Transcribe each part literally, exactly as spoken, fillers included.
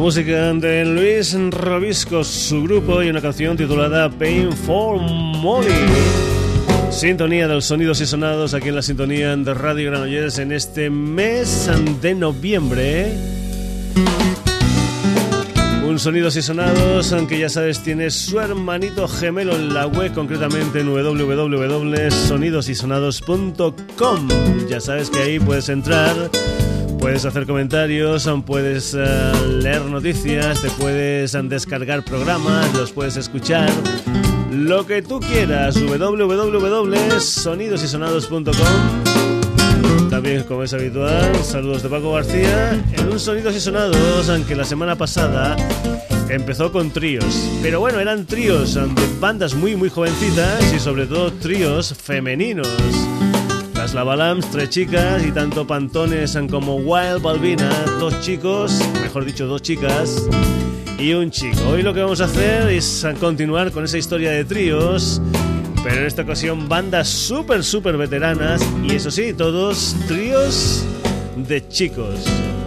música de Luis Robisco, su grupo, y una canción titulada Pain for Molly. Sintonía de los sonidos y sonados aquí en la sintonía de Radio Granollers en este mes de noviembre. Un sonidos y sonados, aunque ya sabes, tiene su hermanito gemelo en la web, concretamente en w w w punto sonidos y sonados punto com. Ya sabes que ahí puedes entrar, puedes hacer comentarios, puedes uh, leer noticias, te puedes uh, descargar programas, los puedes escuchar, lo que tú quieras. w w w punto sonidos y sonados punto com. También, como es habitual, saludos de Paco García en un Sonidos y Sonados, aunque la semana pasada empezó con tríos, pero bueno, eran tríos de bandas muy muy jovencitas y sobre todo tríos femeninos. Las Lavalams, tres chicas, y tanto Pantones como Wild Balbina, dos chicos, mejor dicho, dos chicas y un chico. Hoy lo que vamos a hacer es continuar con esa historia de tríos, pero en esta ocasión bandas súper súper veteranas, y eso sí, todos tríos de chicos.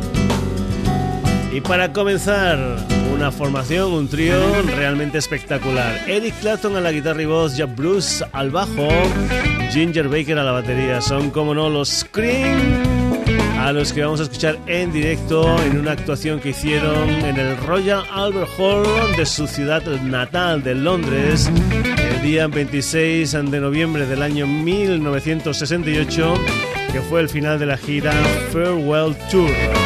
Y para comenzar, una formación, un trío realmente espectacular. Eric Clapton a la guitarra y voz, Jack Bruce al bajo, Ginger Baker a la batería. Son, como no, los Cream, a los que vamos a escuchar en directo en una actuación que hicieron en el Royal Albert Hall de su ciudad natal de Londres el día veintiséis de noviembre del año mil novecientos sesenta y ocho, que fue el final de la gira Farewell Tour.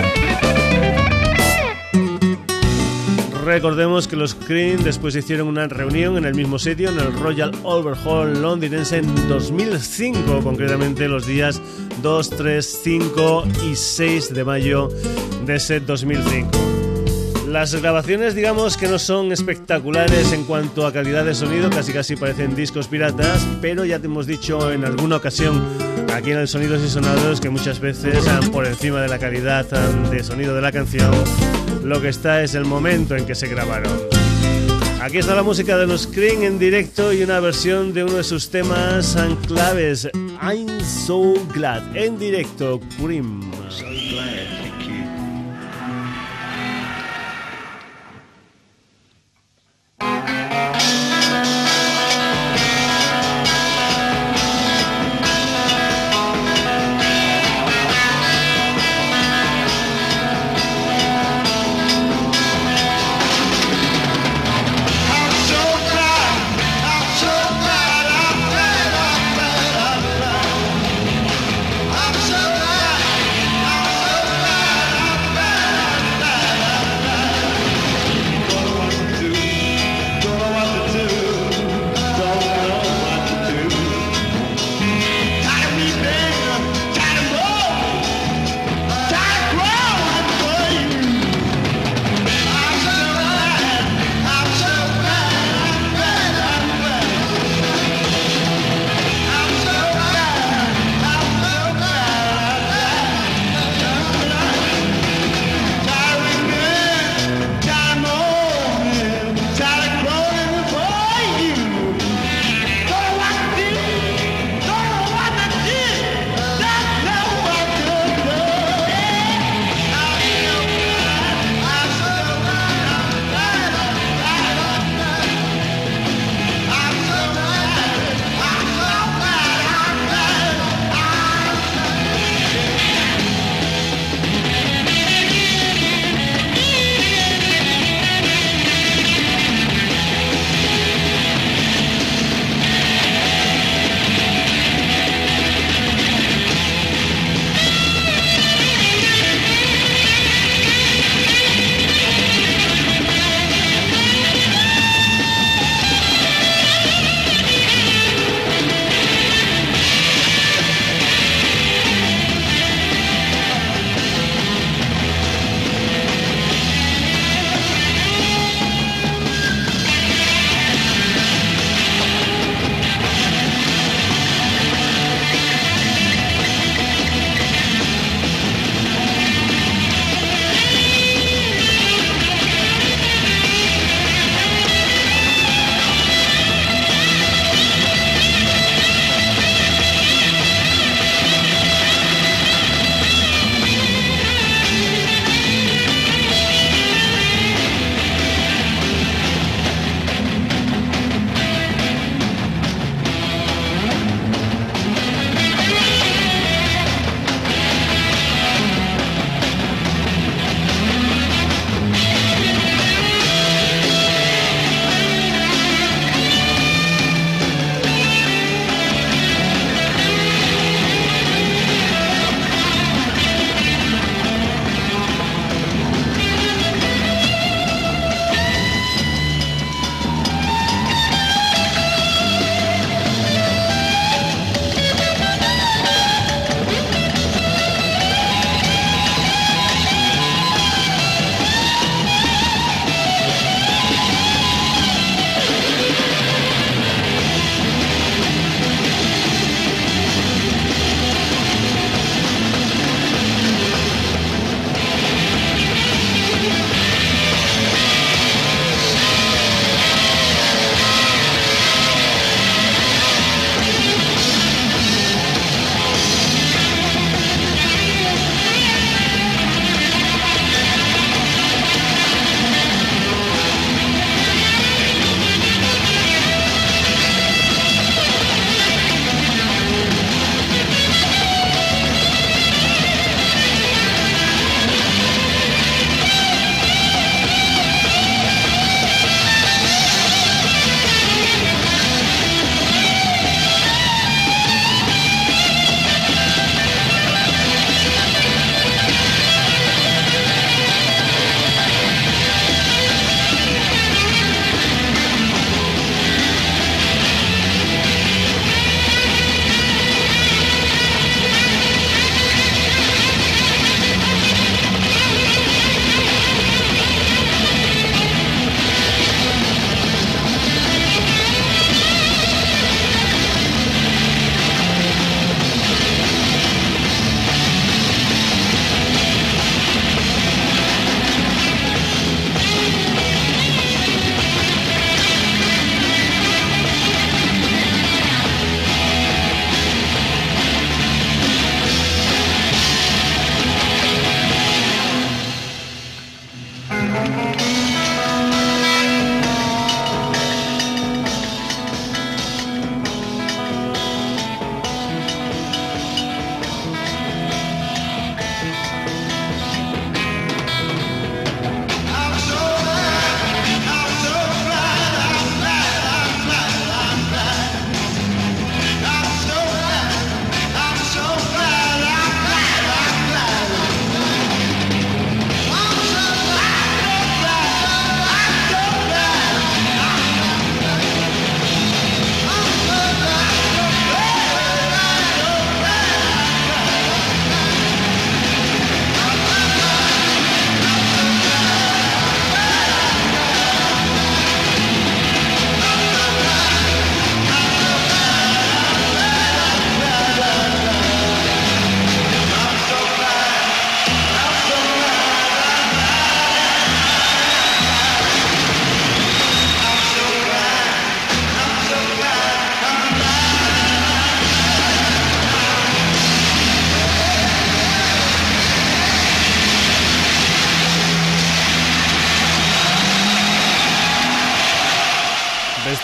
Recordemos que los Cream después hicieron una reunión en el mismo sitio, en el Royal Albert Hall londinense, en dos mil cinco, concretamente los días dos, tres, cinco y seis de mayo de ese dos mil cinco. Las grabaciones, digamos que no son espectaculares en cuanto a calidad de sonido, casi casi parecen discos piratas, pero ya te hemos dicho en alguna ocasión aquí en el Sonidos y Sonados que muchas veces por encima de la calidad de sonido de la canción, lo que está es el momento en que se grabaron. Aquí está la música de los Cream en directo y una versión de uno de sus temas claves, I'm So Glad, en directo, Cream. So glad, thank you. I'm so glad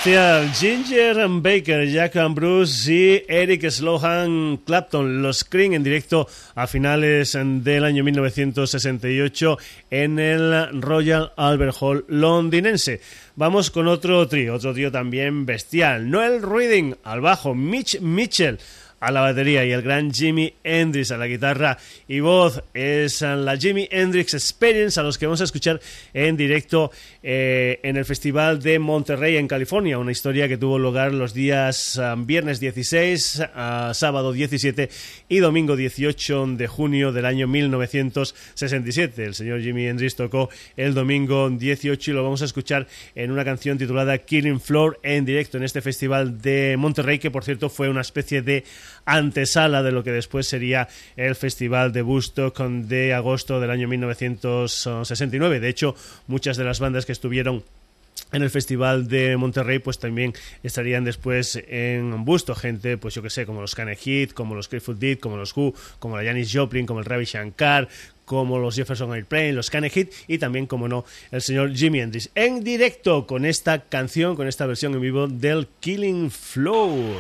Bestial, Ginger Baker, Jack Bruce y Eric Sloan Clapton, los Cream en directo a finales del año mil novecientos sesenta y ocho en el Royal Albert Hall londinense. Vamos con otro trío, otro trío también bestial. Noel Redding al bajo, Mitch Mitchell a la batería y el gran Jimi Hendrix a la guitarra y voz. Es la Jimi Hendrix Experience, a los que vamos a escuchar en directo eh, en el Festival de Monterrey en California, una historia que tuvo lugar los días um, viernes dieciséis, uh, sábado diecisiete y domingo dieciocho de junio del año mil novecientos sesenta y siete. El señor Jimi Hendrix tocó el domingo dieciocho y lo vamos a escuchar en una canción titulada Killing Floor en directo en este Festival de Monterrey, que por cierto fue una especie de antesala de lo que después sería el Festival de Woodstock de agosto del año mil novecientos sesenta y nueve. De hecho, muchas de las bandas que estuvieron en el Festival de Monterrey pues también estarían después en Woodstock, gente pues yo que sé, como los Can Heat, como los Grateful Dead, como los Who, como la Janis Joplin, como el Ravi Shankar, como los Jefferson Airplane, los Can Heat y también, como no, el señor Jimi Hendrix en directo con esta canción, con esta versión en vivo del Killing Floor.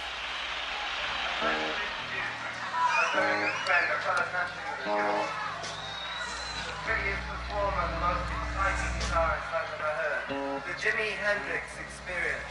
Jimi Hendrix Experience.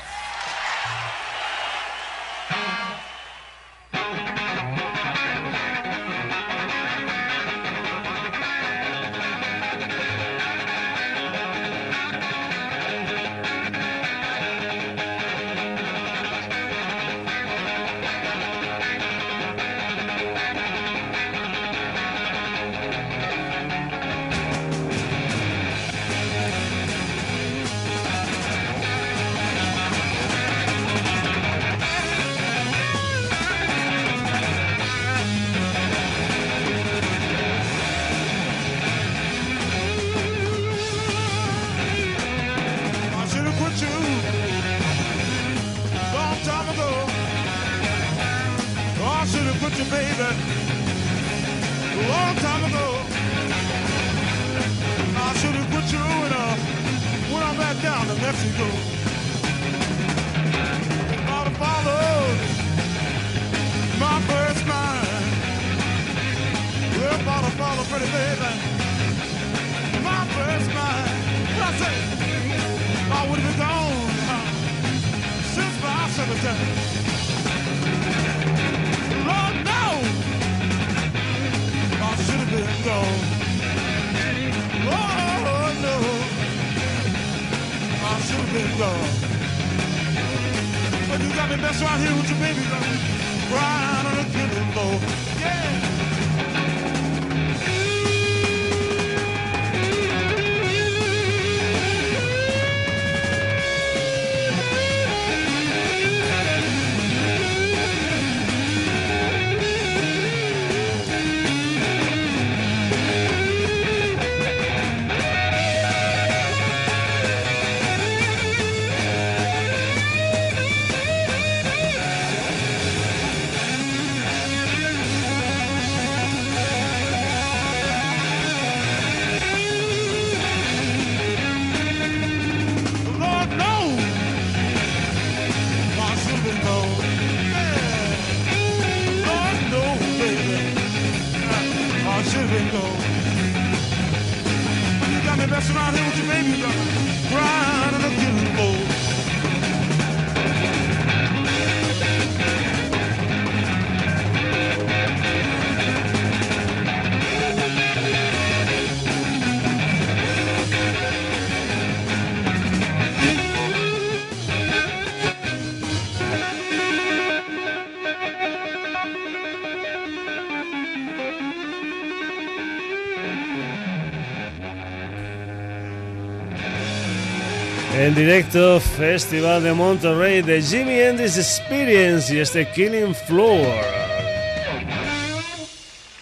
En directo, Festival de Monterrey de Jimi Hendrix Experience y este Killing Floor.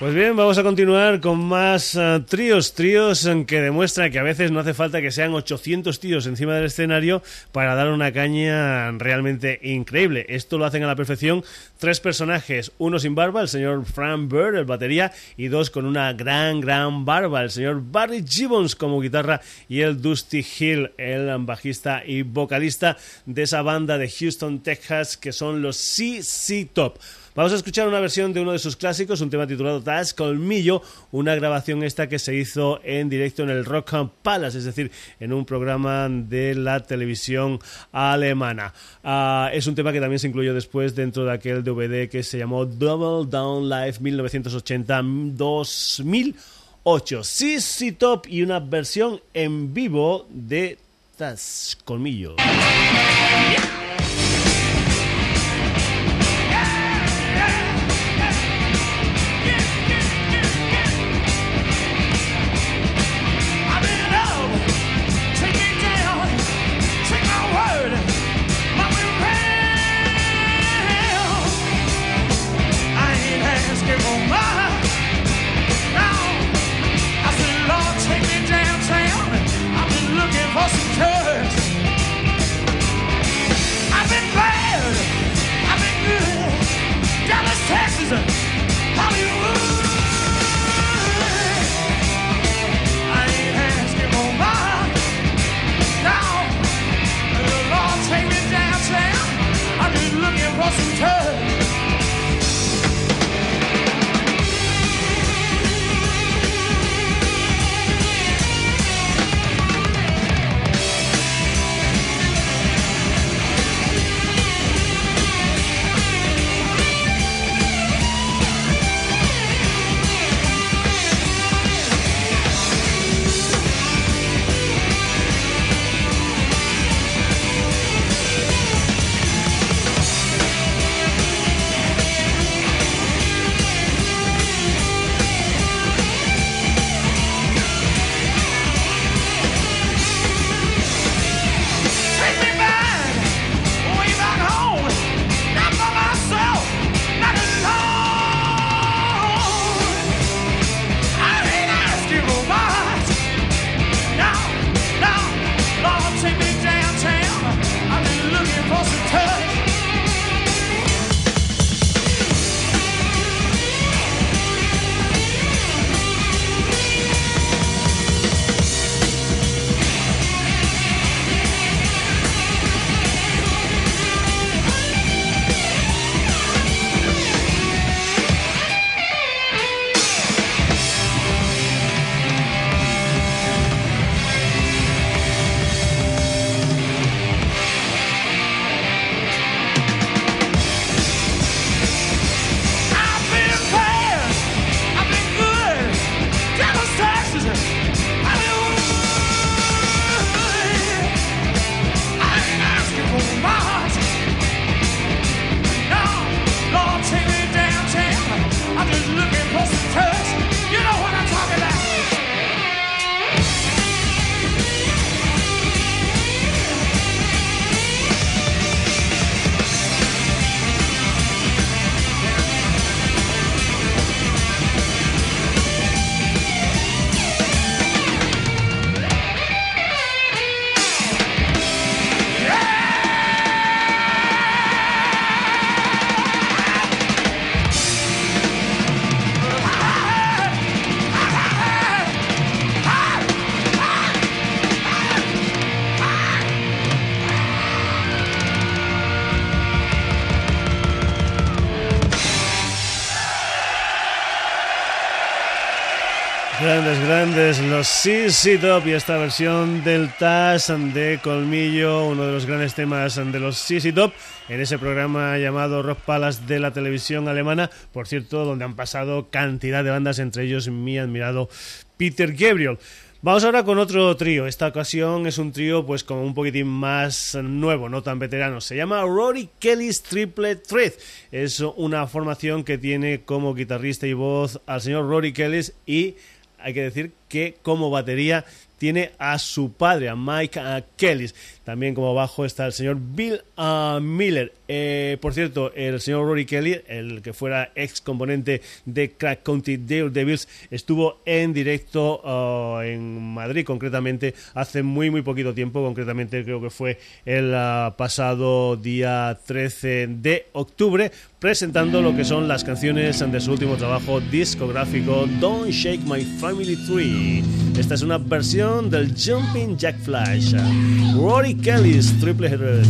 Pues bien, vamos a continuar con más uh, tríos, tríos que demuestran que a veces no hace falta que sean ochocientos tíos encima del escenario para dar una caña realmente increíble. Esto lo hacen a la perfección tres personajes, uno sin barba, el señor Frank Bird, el batería, y dos con una gran, gran barba, el señor Barry Gibbons como guitarra y el Dusty Hill, el bajista y vocalista de esa banda de Houston, Texas, que son los C C Top. Vamos a escuchar una versión de uno de sus clásicos, un tema titulado Taz Colmillo, una grabación esta que se hizo en directo en el Rock Palace, es decir, en un programa de la televisión alemana. Uh, es un tema que también se incluyó después dentro de aquel D V D que se llamó Double Down Live mil novecientos ochenta a dos mil ocho. C C Top y una versión en vivo de Taz Colmillo. Yeah. Grandes, grandes, los C C Top y esta versión del Taz de Colmillo, uno de los grandes temas de los C C Top en ese programa llamado Rock Palace de la televisión alemana, por cierto, donde han pasado cantidad de bandas, entre ellos mi admirado Peter Gabriel. Vamos ahora con otro trío. Esta ocasión es un trío pues como un poquitín más nuevo, no tan veterano. Se llama Rory Kelly's Triple Threat. Es una formación que tiene como guitarrista y voz al señor Rory Kelly y hay que decir que como batería tiene a su padre, a Mike uh, Kelly. También como bajo está el señor Bill uh, Miller. Eh, por cierto, el señor Rory Kelly, el que fuera ex componente de Crack County Daredevils, estuvo en directo uh, en Madrid, concretamente hace muy muy poquito tiempo, concretamente creo que fue el uh, pasado día trece de octubre, presentando lo que son las canciones de su último trabajo discográfico, Don't Shake My Family Tree. Esta es una versión del Jumping Jack Flash, Rory Kelly's Triple Header.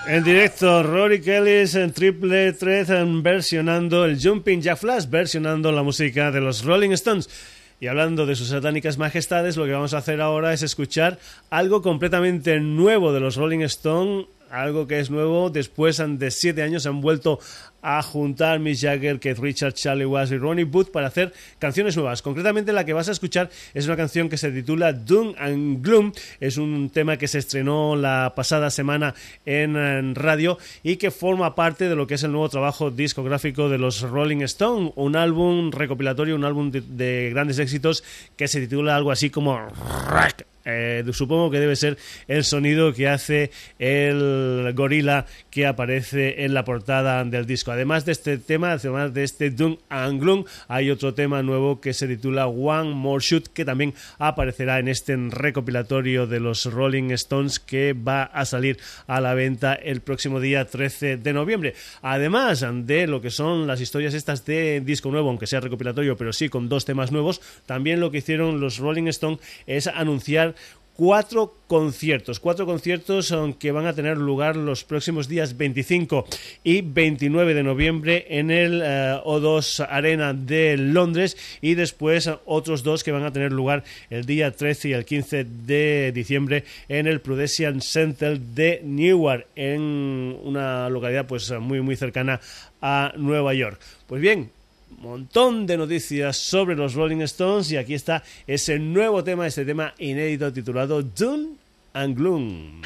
En directo, Rory Kelly's en Triple Threat versionando el Jumping Jack Flash, versionando la música de los Rolling Stones. Y hablando de sus satánicas majestades, lo que vamos a hacer ahora es escuchar algo completamente nuevo de los Rolling Stones, algo que es nuevo. Después de siete años se han vuelto a juntar Mick Jagger, Keith Richards, Charlie Watts y Ronnie Wood para hacer canciones nuevas. Concretamente la que vas a escuchar es una canción que se titula Doom and Gloom. Es un tema que se estrenó la pasada semana en, en radio y que forma parte de lo que es el nuevo trabajo discográfico de los Rolling Stones, un álbum recopilatorio, un álbum de, de grandes éxitos que se titula algo así como Rack. Eh, supongo que debe ser el sonido que hace el gorila que aparece en la portada del disco. Además de este tema, además de este Doom and Gloom, hay otro tema nuevo que se titula One More Shoot, que también aparecerá en este recopilatorio de los Rolling Stones que va a salir a la venta el próximo día trece de noviembre. Además de lo que son las historias estas de disco nuevo, aunque sea recopilatorio, pero sí con dos temas nuevos, también lo que hicieron los Rolling Stones es anunciar cuatro conciertos, cuatro conciertos que van a tener lugar los próximos días veinticinco y veintinueve de noviembre en el uh, O dos Arena de Londres, y después otros dos que van a tener lugar el día trece y el quince de diciembre en el Prudential Center de Newark, en una localidad pues muy muy cercana a Nueva York. Pues bien, montón de noticias sobre los Rolling Stones, y aquí está ese nuevo tema, este tema inédito titulado Doom and Gloom.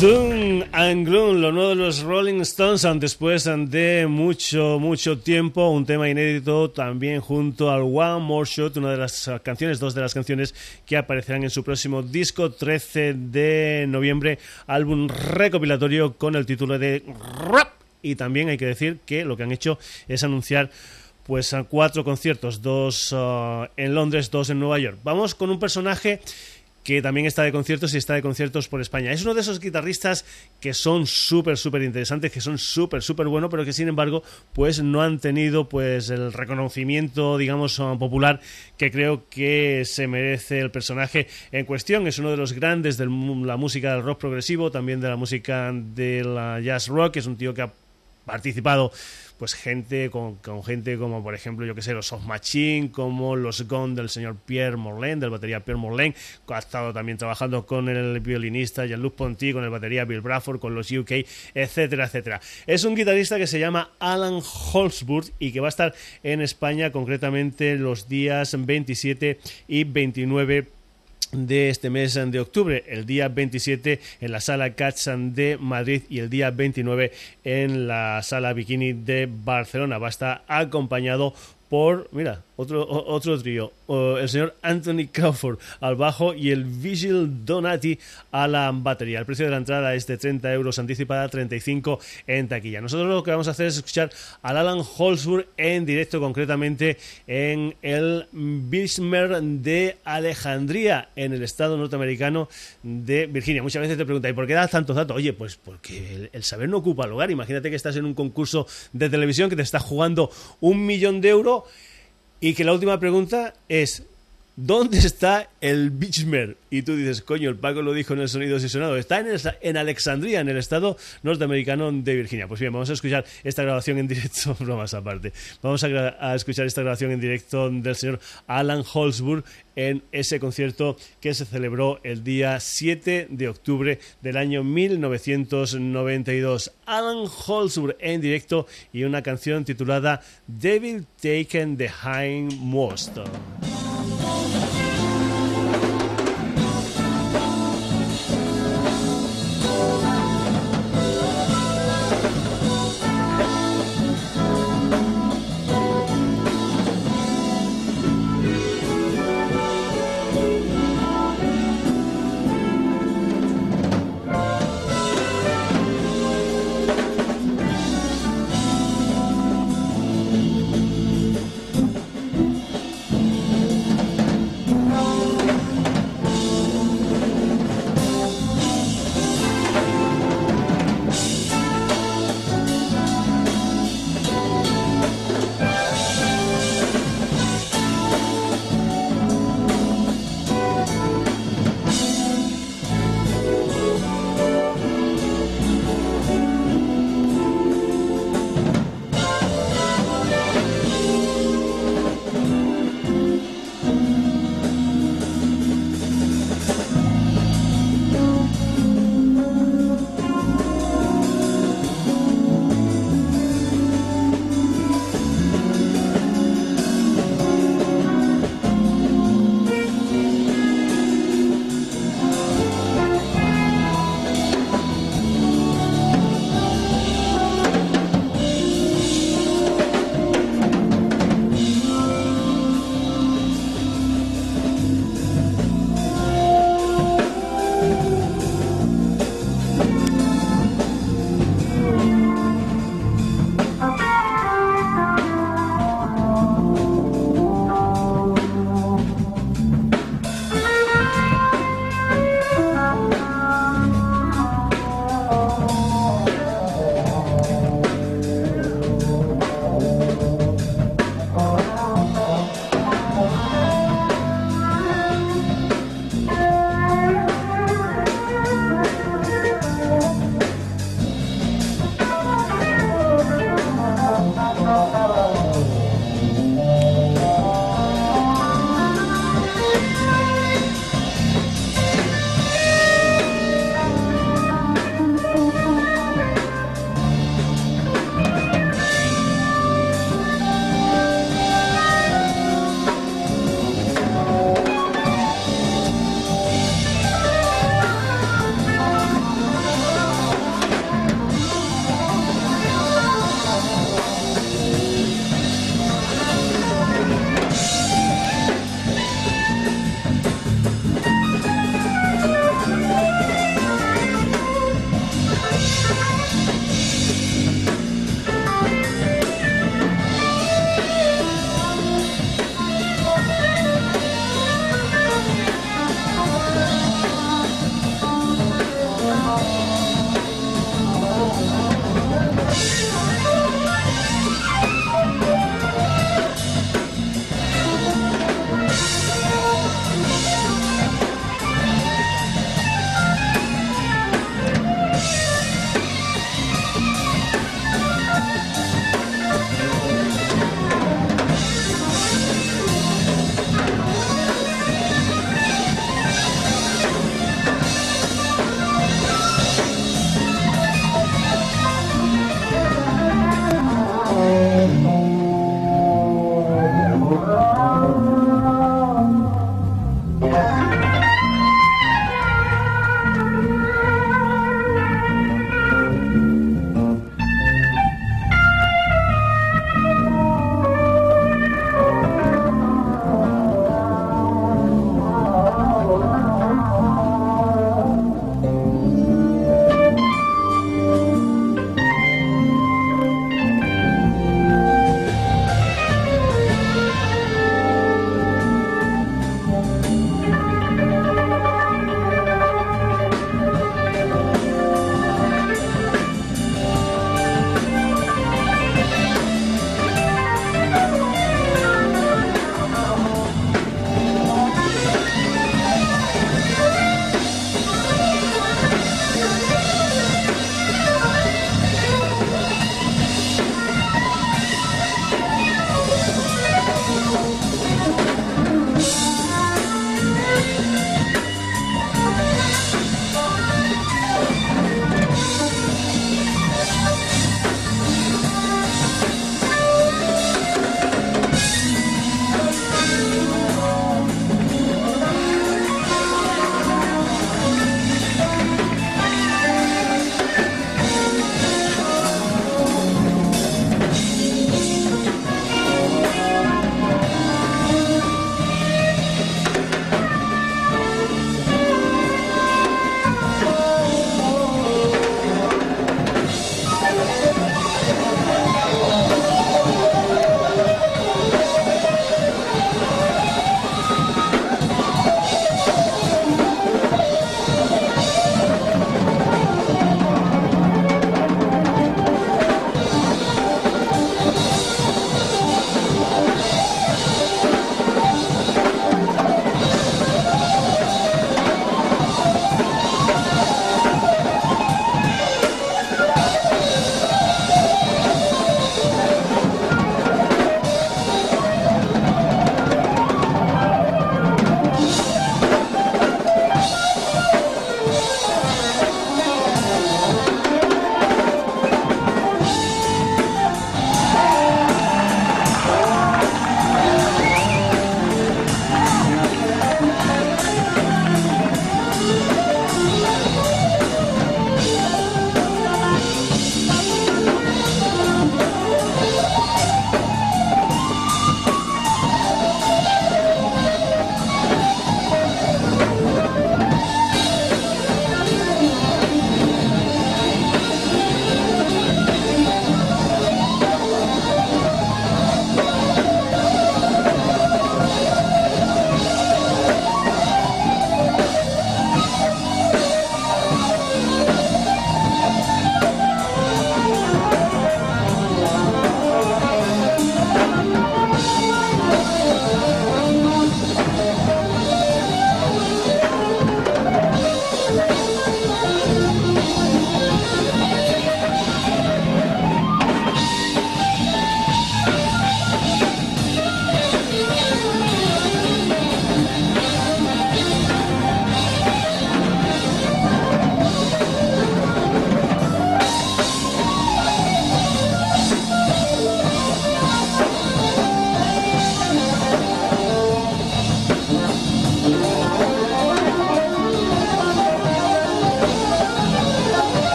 Doom and Gloom, lo nuevo de los Rolling Stones, después de mucho, mucho tiempo, un tema inédito también junto al One More Shot, una de las canciones, dos de las canciones que aparecerán en su próximo disco, trece de noviembre, álbum recopilatorio con el título de Rap. Y también hay que decir que lo que han hecho es anunciar pues a cuatro conciertos, dos uh, en Londres, dos en Nueva York. Vamos con un personaje que también está de conciertos y está de conciertos por España. Es uno de esos guitarristas que son súper, súper interesantes, que son súper, súper buenos, pero que sin embargo pues no han tenido pues el reconocimiento, digamos, popular que creo que se merece el personaje en cuestión. Es uno de los grandes de la música del rock progresivo, también de la música de la jazz rock. Es un tío que ha participado pues gente con, con gente como por ejemplo yo que sé los Soft Machine, como los Gone del señor Pierre Morlaine, del batería Pierre Morlaine, ha estado también trabajando con el violinista Jean-Luc Ponty, con el batería Bill Bruford, con los U K, etcétera, etcétera. Es un guitarrista que se llama Alan Holdsworth y que va a estar en España concretamente los días veintisiete y veintinueve de este mes de octubre, el día veintisiete en la sala Cats de Madrid y el día veintinueve en la sala Bikini de Barcelona. Va a estar acompañado por, mira, otro, otro trío, el señor Anthony Crawford al bajo y el Vigil Donati a la batería. El precio de la entrada es de treinta euros anticipada, treinta y cinco en taquilla. Nosotros lo que vamos a hacer es escuchar al Alan Holdsworth en directo, concretamente en el Birchmer de Alejandría, en el estado norteamericano de Virginia. Muchas veces te preguntan, ¿y por qué das tantos datos? Oye, pues porque el, el saber no ocupa lugar. Imagínate que estás en un concurso de televisión que te está jugando un millón de euros y que la última pregunta es ¿dónde está el Birchmer? Y tú dices, coño, el Paco lo dijo en el Sonidos y Sonados, está en, el, en Alexandria, en el estado norteamericano de Virginia. Pues bien, vamos a escuchar esta grabación en directo, bromas aparte, vamos a, gra- a escuchar esta grabación en directo del señor Alan Holdsworth en ese concierto que se celebró el día siete de octubre del año mil novecientos noventa y dos. Alan Holdsworth en directo y una canción titulada Devil Taken the Hindmost.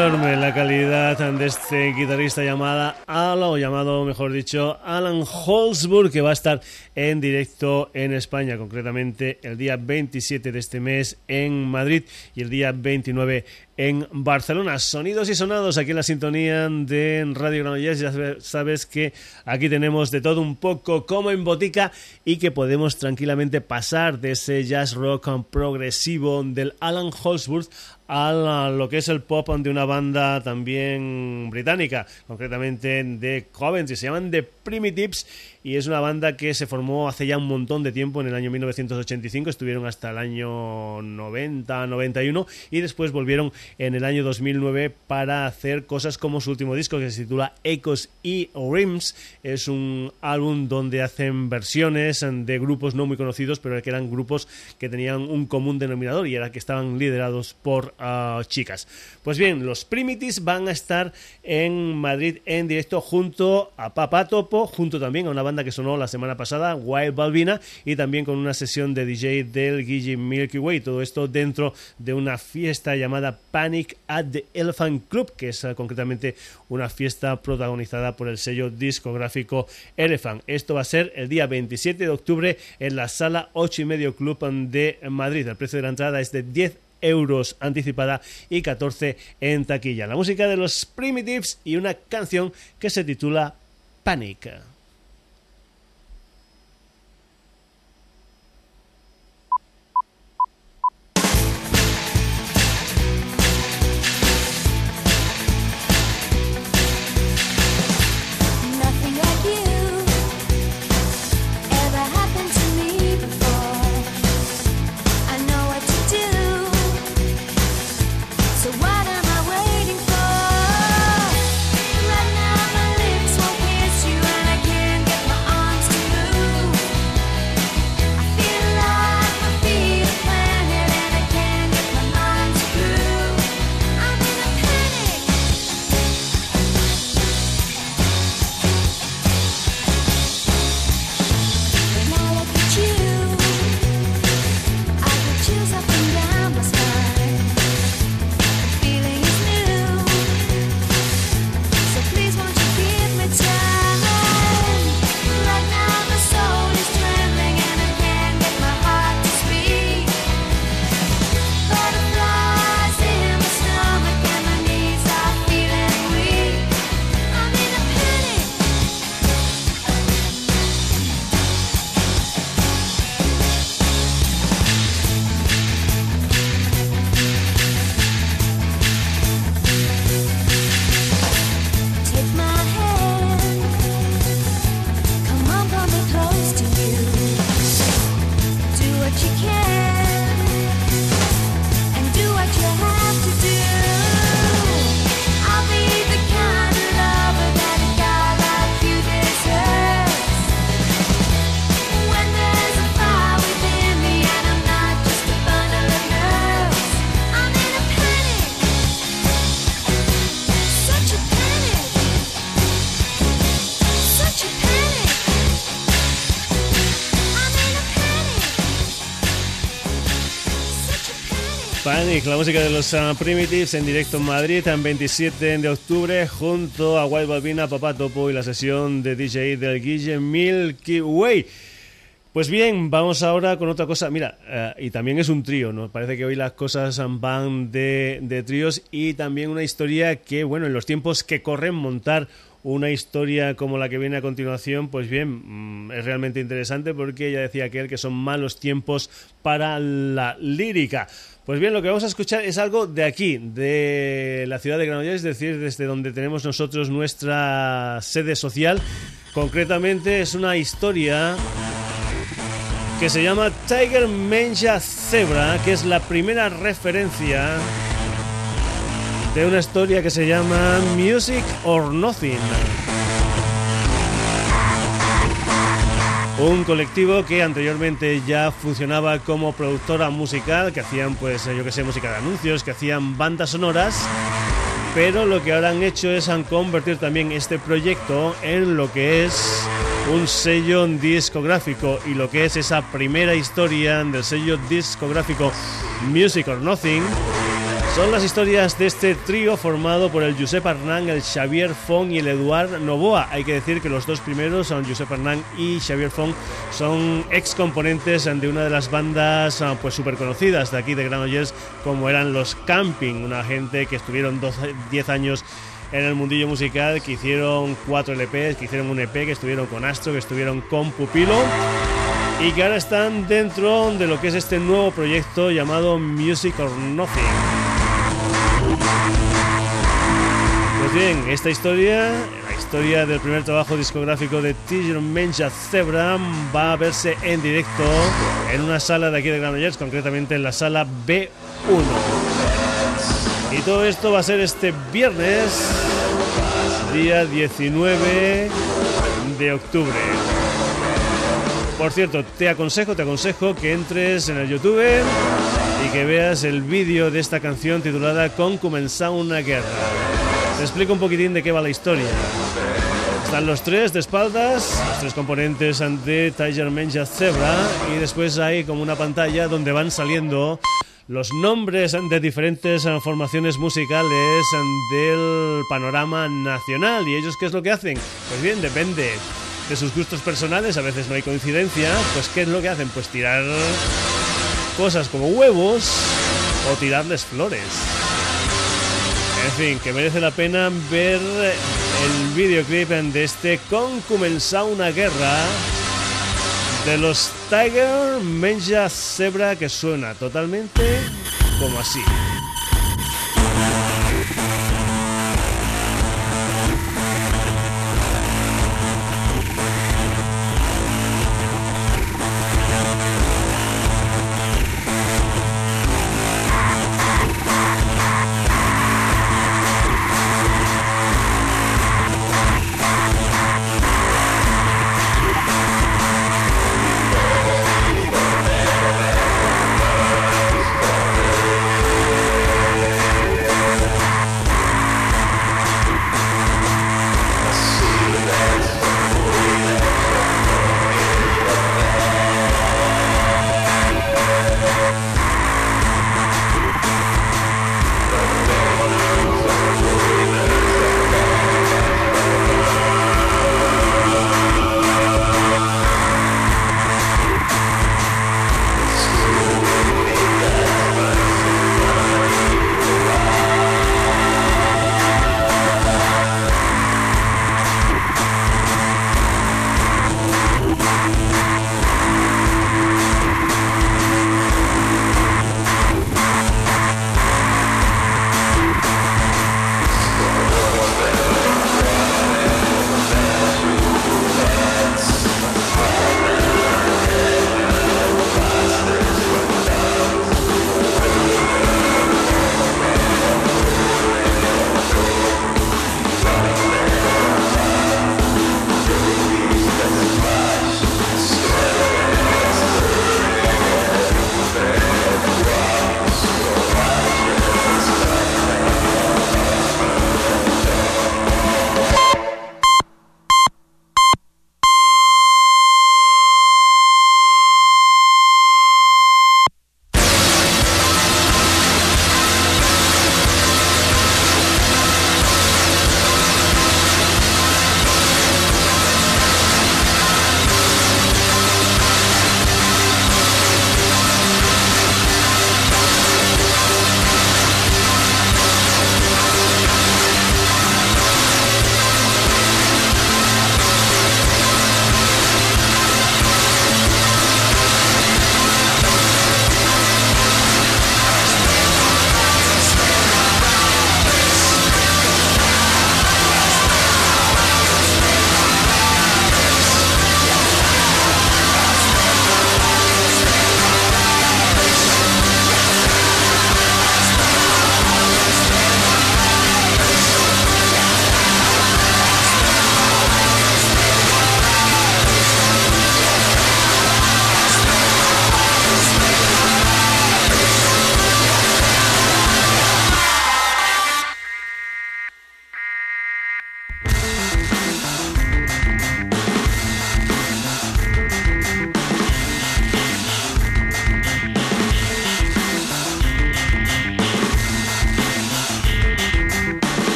enorme la calidad de este guitarrista llamada Alan, o llamado, mejor dicho, Alan Holzburg, que va a estar en directo en España, concretamente el día veintisiete de este mes en Madrid y el día veintinueve en Barcelona. Sonidos y sonados aquí en la sintonía de Radio Granollers. Ya sabes que aquí tenemos de todo un poco como en botica y que podemos tranquilamente pasar de ese jazz rock progresivo del Alan Holzburg a lo que es el pop de una banda también británica, concretamente de Coventry. Se llaman The Primitives y es una banda que se formó hace ya un montón de tiempo, en el año mil novecientos ochenta y cinco, estuvieron hasta el año noventa, noventa y uno y después volvieron en el año dos mil nueve para hacer cosas como su último disco, que se titula Echoes y Rims. Es un álbum donde hacen versiones de grupos no muy conocidos, pero que eran grupos que tenían un común denominador y era que estaban liderados por uh, chicas. Pues bien, los Primitives van a estar en Madrid en directo junto a Papá Topo, junto también a una banda que sonó la semana pasada, Wild Balbina, y también con una sesión de D J del Guille Milky Way. Todo esto dentro de una fiesta llamada Panic at the Elephant Club, que es uh, concretamente una fiesta protagonizada por el sello discográfico Elephant. Esto va a ser el día veintisiete de octubre en la Sala ocho y medio Club de Madrid. El precio de la entrada es de diez euros anticipada y catorce en taquilla. La música de los Primitives y una canción que se titula Panic. Panic, la música de los uh, Primitives en directo en Madrid en veintisiete de octubre junto a Wild Balbina, Papá Topo y la sesión de D J del Guille Milky Way. Pues bien, vamos ahora con otra cosa. Mira, uh, y también es un trío, ¿no? Parece que hoy las cosas van de, de tríos y también una historia que, bueno, en los tiempos que corren, montar una historia como la que viene a continuación, pues bien, es realmente interesante porque ya decía aquel que son malos tiempos para la lírica. Pues bien, lo que vamos a escuchar es algo de aquí, de la ciudad de Granollers, es decir, desde donde tenemos nosotros nuestra sede social. Concretamente es una historia que se llama Tiger Menja Zebra, que es la primera referencia de una historia que se llama Music or Nothing. Un colectivo que anteriormente ya funcionaba como productora musical, que hacían, pues, yo que sé, música de anuncios, que hacían bandas sonoras, pero lo que ahora han hecho es han convertir también este proyecto en lo que es un sello discográfico, y lo que es esa primera historia del sello discográfico Music or Nothing Son las historias de este trío formado por el Josep Arnán, el Xavier Font y el Eduard Novoa. Hay que decir que los dos primeros, son Josep Arnán y Xavier Font, son ex componentes de una de las bandas pues súper conocidas de aquí de Granollers, como eran los Camping, una gente que estuvieron diez años en el mundillo musical, que hicieron cuatro L Pes, que hicieron un E P, que estuvieron con Astro, que estuvieron con Pupilo, y que ahora están dentro de lo que es este nuevo proyecto llamado Music or Nothing. Pues bien, esta historia, la historia del primer trabajo discográfico de Tiger Menja Zebra, va a verse en directo en una sala de aquí de Granollers, concretamente en la sala B uno. Y todo esto va a ser este viernes, día diecinueve de octubre. Por cierto, te aconsejo, te aconsejo que entres en el YouTube y que veas el vídeo de esta canción titulada Com començar una guerra. Te explico un poquitín de qué va la historia. Están los tres de espaldas, los tres componentes de Tiger Menja Zebra, y después hay como una pantalla donde van saliendo los nombres de diferentes formaciones musicales del panorama nacional. ¿Y ellos qué es lo que hacen? Pues bien, depende de sus gustos personales, a veces no hay coincidencia. Pues ¿qué es lo que hacen? Pues tirar cosas como huevos o tirarles flores. En fin, que merece la pena ver el videoclip de este Com començar una guerra de los Tiger Menja Zebra, que suena totalmente como así.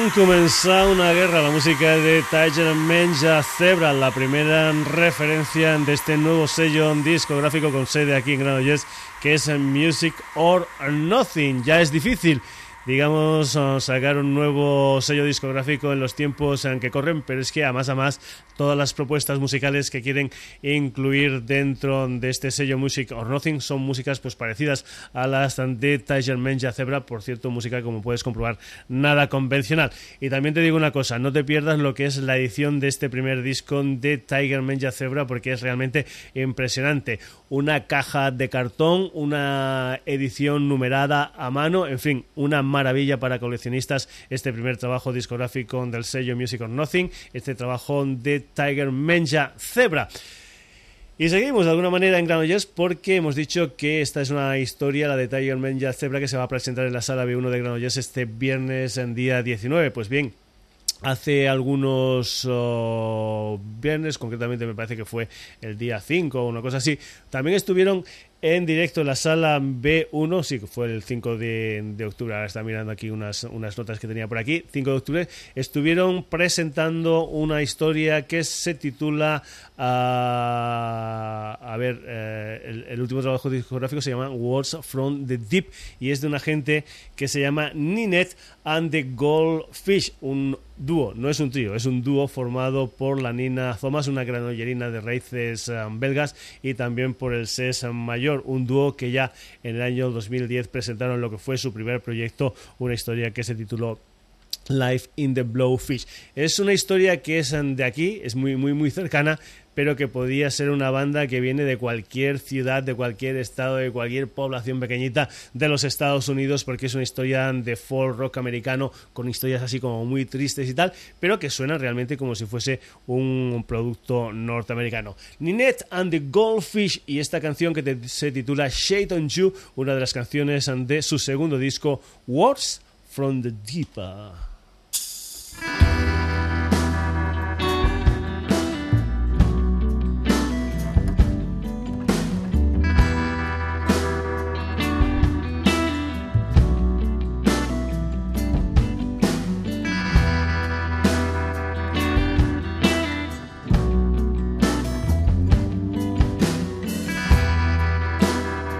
Fan començar una guerra, la música de Tiger Menja Zebra, la primera referencia de este nuevo sello discográfico con sede aquí en Granollers, que es Music or Nothing. Ya es difícil, digamos, sacar un nuevo sello discográfico en los tiempos en que corren, pero es que a más a más todas las propuestas musicales que quieren incluir dentro de este sello Music or Nothing son músicas pues parecidas a las de Tiger Menja Zebra, por cierto, música, como puedes comprobar, nada convencional. Y también te digo una cosa, no te pierdas lo que es la edición de este primer disco de Tiger Menja Zebra, porque es realmente impresionante. Una caja de cartón, una edición numerada a mano, en fin, una maravilla para coleccionistas este primer trabajo discográfico del sello Music or Nothing, este trabajo de Tiger Menja Zebra. Y seguimos de alguna manera en Granollers porque hemos dicho que esta es una historia, la de Tiger Menja Zebra, que se va a presentar en la sala B uno de Granollers este viernes en día diecinueve. Pues bien, hace algunos oh, viernes, concretamente me parece que fue el día cinco o una cosa así, también estuvieron en directo en la sala B uno, sí, que fue el cinco de, de octubre, ahora está mirando aquí unas, unas notas que tenía por aquí, cinco de octubre, estuvieron presentando una historia que se titula, uh, a ver, uh, el, el último trabajo discográfico se llama Words from the Deep, y es de una gente que se llama Ninette and the Goldfish, un dúo, no es un trío, es un dúo formado por la Nina Thomas, una granollerina de raíces um, belgas, y también por el Ses Mayor, un dúo que ya en el año dos mil diez presentaron lo que fue su primer proyecto, una historia que se tituló Life in the Blowfish. Es una historia que es de aquí, es muy muy muy cercana, pero que podía ser una banda que viene de cualquier ciudad, de cualquier estado, de cualquier población pequeñita de los Estados Unidos, porque es una historia de folk rock americano con historias así como muy tristes y tal, pero que suena realmente como si fuese un producto norteamericano. Ninette and the Goldfish, y esta canción que te, se titula Shade on You, una de las canciones de su segundo disco Words from the Deep.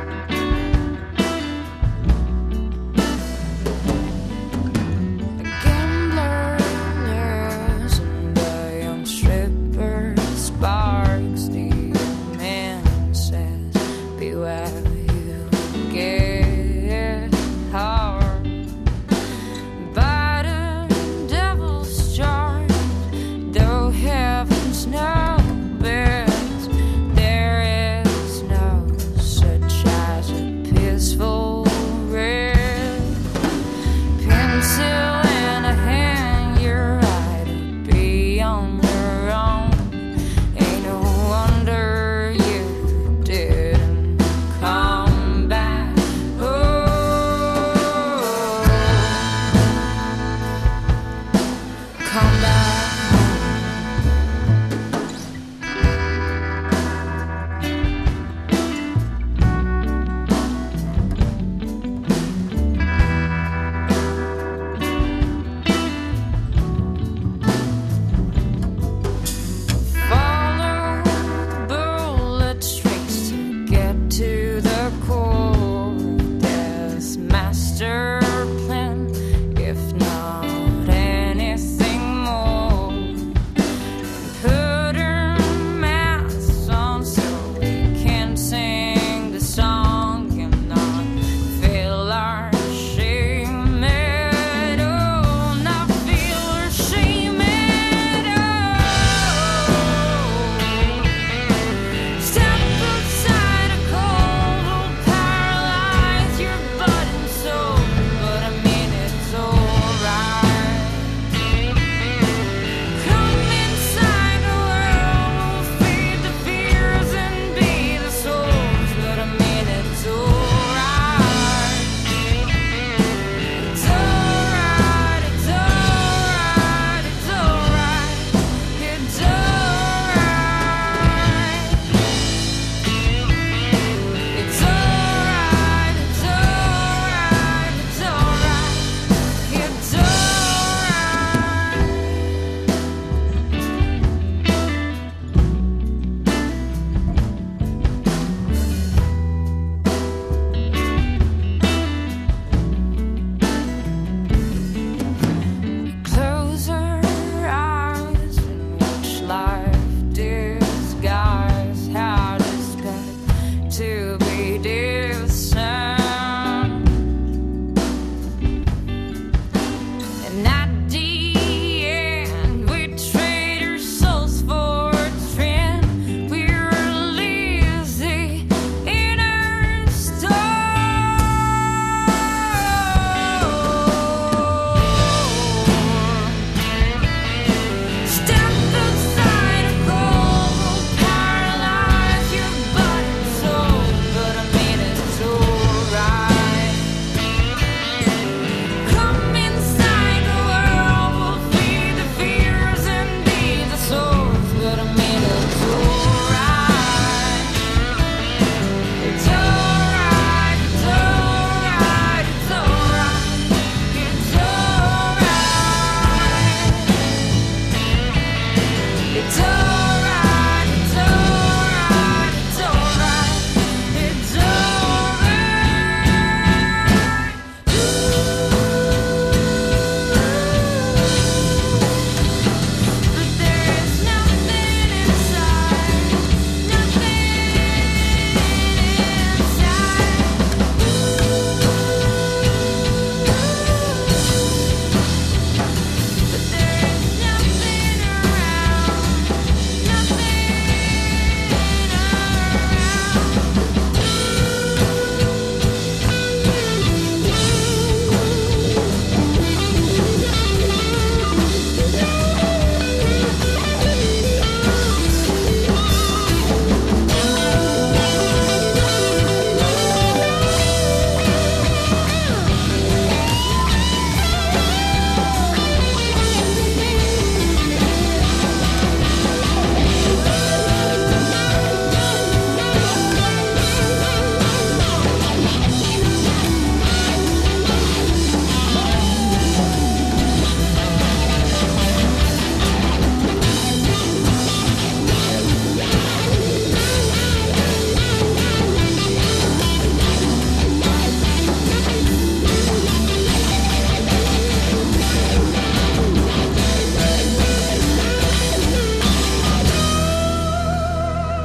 Again.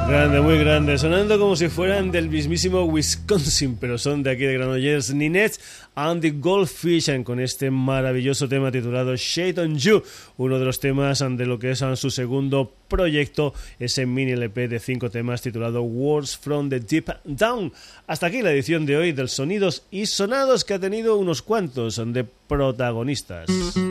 Grande, muy grande, sonando como si fueran del mismísimo Wisconsin, pero son de aquí de Granollers. Ninette and the Goldfish, con este maravilloso tema titulado Shade on You, uno de los temas de lo que es su segundo proyecto, ese mini L P de cinco temas titulado Words from the Deep Down. Hasta aquí la edición de hoy del Sonidos y Sonados, que ha tenido unos cuantos de protagonistas.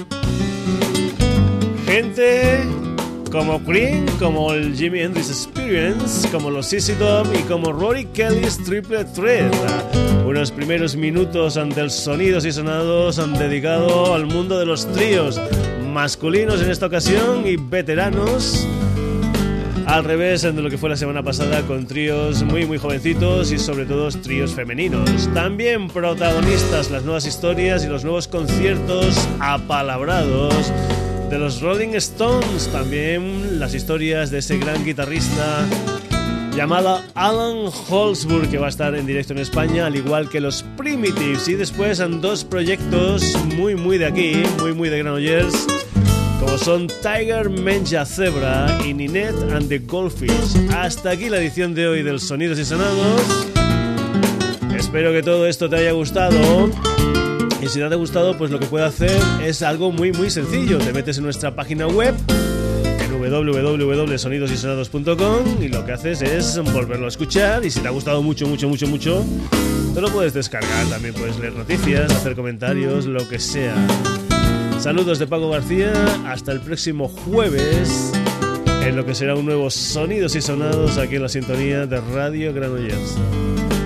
Gente como Cream, como el Jimi Hendrix Experience, como los Z Z Top y como Rory Kelly's Triple Threat. Unos primeros minutos ante el Sonidos y Sonados han dedicado al mundo de los tríos masculinos en esta ocasión y veteranos, al revés de lo que fue la semana pasada con tríos muy muy jovencitos y sobre todo tríos femeninos. También protagonistas las nuevas historias y los nuevos conciertos apalabrados de los Rolling Stones, también las historias de ese gran guitarrista llamado Alan Holzburg, que va a estar en directo en España, al igual que los Primitives, y después en dos proyectos muy muy de aquí, muy muy de Granollers, como son Tiger Menja Zebra y Ninette and the Goldfish. Hasta aquí la edición de hoy del Sonidos y Sonados. Espero que todo esto te haya gustado. Y si no te ha gustado, pues lo que puedo hacer es algo muy muy sencillo. Te metes en nuestra página web en doble u doble u doble u punto sonidos y sonados punto com y lo que haces es volverlo a escuchar, y si te ha gustado mucho, mucho, mucho, mucho, te lo puedes descargar. También puedes leer noticias, hacer comentarios, lo que sea. Saludos de Paco García, hasta el próximo jueves en lo que será un nuevo Sonidos y Sonados aquí en la sintonía de Radio Granollers.